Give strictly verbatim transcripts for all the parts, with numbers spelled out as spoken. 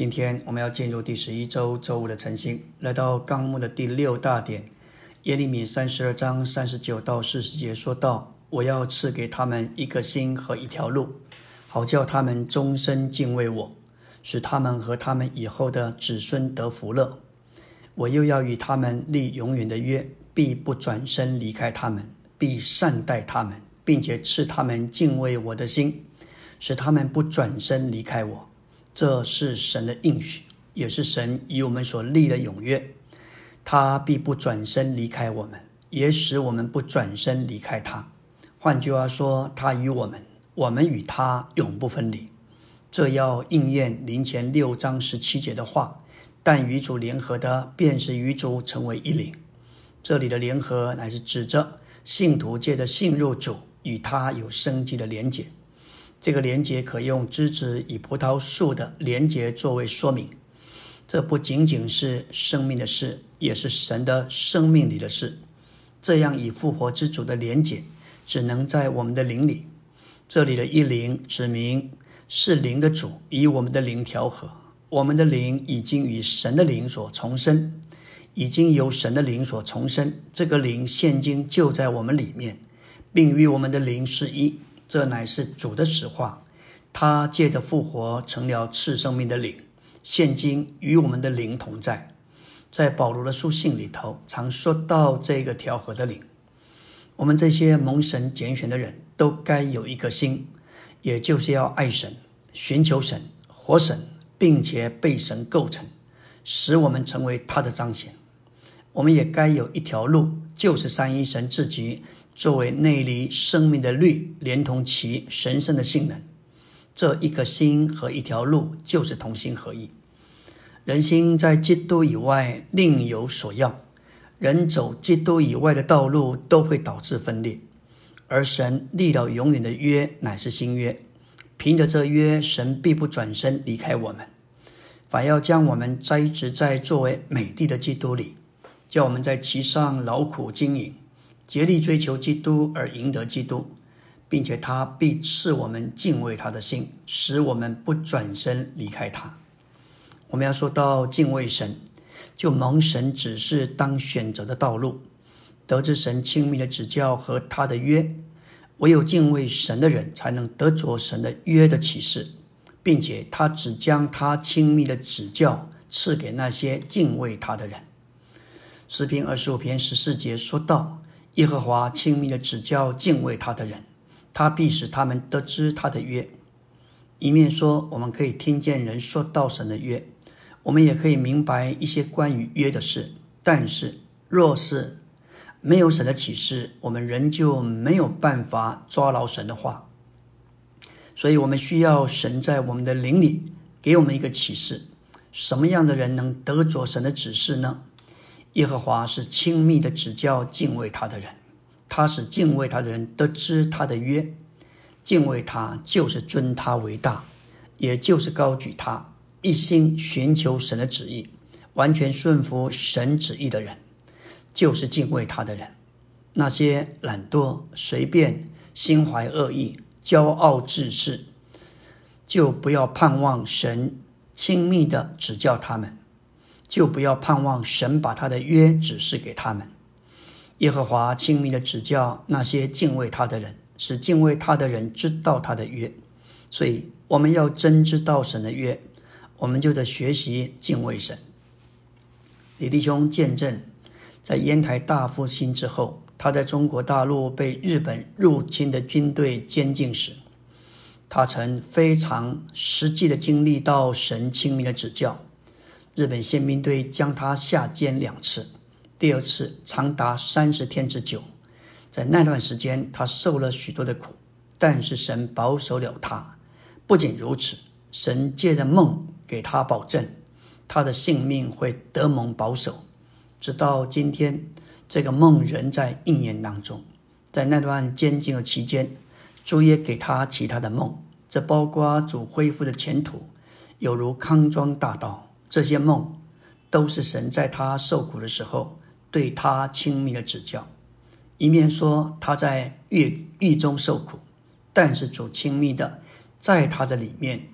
今天我们要进入第十一周周五的晨星，来到纲目的第六大点，耶利米三十二章三十九到四十节说道：我要赐给他们一个心和一条路，好叫他们终身敬畏我，使他们和他们以后的子孙得福乐。我又要与他们立永远的约，必不转身离开他们，必善待他们，并且赐他们敬畏我的心，使他们不转身离开我。这是神的应许，也是神与我们所立的永约。他必不转身离开我们，也使我们不转身离开他。换句话说，他与我们，我们与他永不分离。这要应验林前六章十七节的话：但与主联合的，便是与主成为一灵。这里的联合乃是指着信徒借着信入主，与他有生机的连结。这个连结可用枝子与葡萄树的连结作为说明。这不仅仅是生命的事，也是神的生命里的事。这样以复活之主的连结，只能在我们的灵里。这里的一灵指明是灵的主与我们的灵调和。我们的灵已经与神的灵所重生，已经由神的灵所重生。这个灵现今就在我们里面，并与我们的灵是一。这乃是主的实话，他借着复活成了赐生命的灵，现今与我们的灵同在。在保罗的书信里头常说到这个调和的灵。我们这些蒙神拣选的人都该有一个心，也就是要爱神，寻求神，活神，并且被神构成，使我们成为他的彰显。我们也该有一条路，就是三一神自己作为内里生命的律，连同其神圣的性能。这一个心和一条路，就是同心合意。人心在基督以外另有所要，人走基督以外的道路都会导致分裂。而神立了永远的约，乃是新约。凭着这约，神必不转身离开我们，反要将我们栽植在作为美地的基督里，叫我们在其上劳苦经营，竭力追求基督而赢得基督，并且他必赐我们敬畏他的心，使我们不转身离开他。我们要说到敬畏神，就蒙神指示当选择的道路，得知神亲密的指教和他的约。唯有敬畏神的人才能得着神的约的启示，并且他只将他亲密的指教赐给那些敬畏他的人。诗篇二十五篇十四节说道：耶和华亲密的指教敬畏他的人，他必使他们得知他的约。一面说我们可以听见人说到神的约，我们也可以明白一些关于约的事，但是若是没有神的启示，我们仍旧没有办法抓牢神的话。所以我们需要神在我们的灵里给我们一个启示。什么样的人能得着神的指示呢？耶和华是亲密的指教敬畏他的人，他使敬畏他的人得知他的约。敬畏他就是尊他为大，也就是高举他，一心寻求神的旨意，完全顺服神旨意的人，就是敬畏他的人。那些懒惰、随便、心怀恶意、骄傲自恃，就不要盼望神亲密的指教他们，就不要盼望神把他的约指示给他们。耶和华亲密的指教那些敬畏他的人，使敬畏他的人知道他的约。所以我们要真知道神的约，我们就得学习敬畏神。李弟兄见证，在烟台大复兴之后，他在中国大陆被日本入侵的军队监禁时，他曾非常实际的经历到神亲密的指教。日本宪兵队将他下监两次，第二次长达三十天之久。在那段时间，他受了许多的苦，但是神保守了他。不仅如此，神借着梦给他保证，他的性命会得蒙保守。直到今天，这个梦仍在应验当中。在那段监禁的期间，主也给他其他的梦，这包括主恢复的前途，有如康庄大道。这些梦都是神在他受苦的时候对他亲密的指教。一面说他在狱狱中受苦，但是主亲密的在他的里面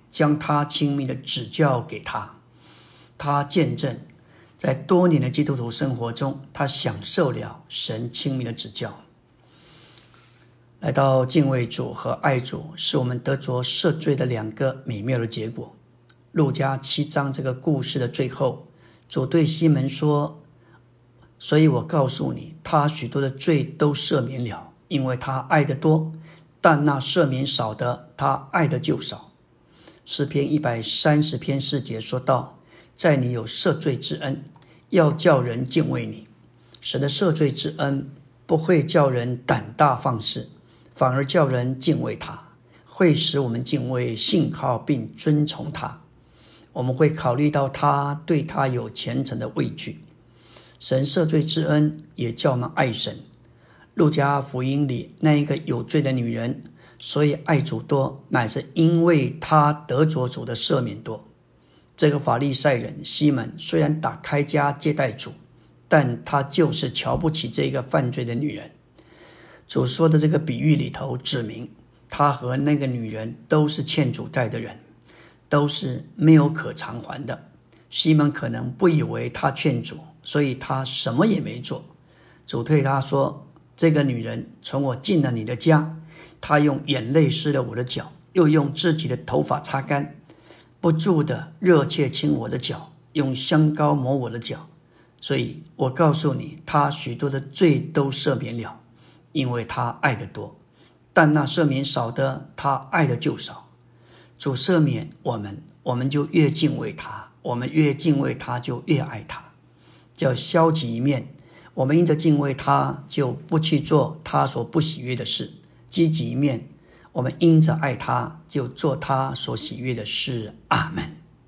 将他亲密的指教给他。他见证在多年的基督徒生活中，他享受了神亲密的指教。来到敬畏主和爱主，是我们得着赦罪的两个美妙的结果。路加七章这个故事的最后，主对西门说，所以我告诉你，他许多的罪都赦免了，因为他爱得多，但那赦免少的，他爱的就少。诗篇一百三十篇四节说道，在你有赦罪之恩，要叫人敬畏你。神的赦罪之恩不会叫人胆大放肆，反而叫人敬畏他，会使我们敬畏信靠并尊崇他。我们会考虑到他对他有虔诚的畏惧。神赦罪之恩也叫我们爱神。路加福音里那一个有罪的女人，所以爱主多，乃是因为她得着主的赦免多。这个法利赛人西门虽然打开家接待主，但他就是瞧不起这个犯罪的女人。主说的这个比喻里头指明，他和那个女人都是欠主债的人，都是没有可偿还的。西门可能不以为他劝主，所以他什么也没做。主对他说，这个女人从我进了你的家，她用眼泪湿了我的脚，又用自己的头发擦干，不住的热切亲我的脚，用香膏抹我的脚。所以我告诉你，她许多的罪都赦免了，因为她爱得多，但那赦免少的，她爱的就少。主赦免我们，我们就越敬畏他，我们越敬畏他就越爱他。叫消极一面，我们因着敬畏他就不去做他所不喜悦的事；积极一面，我们因着爱他就做他所喜悦的事。阿们。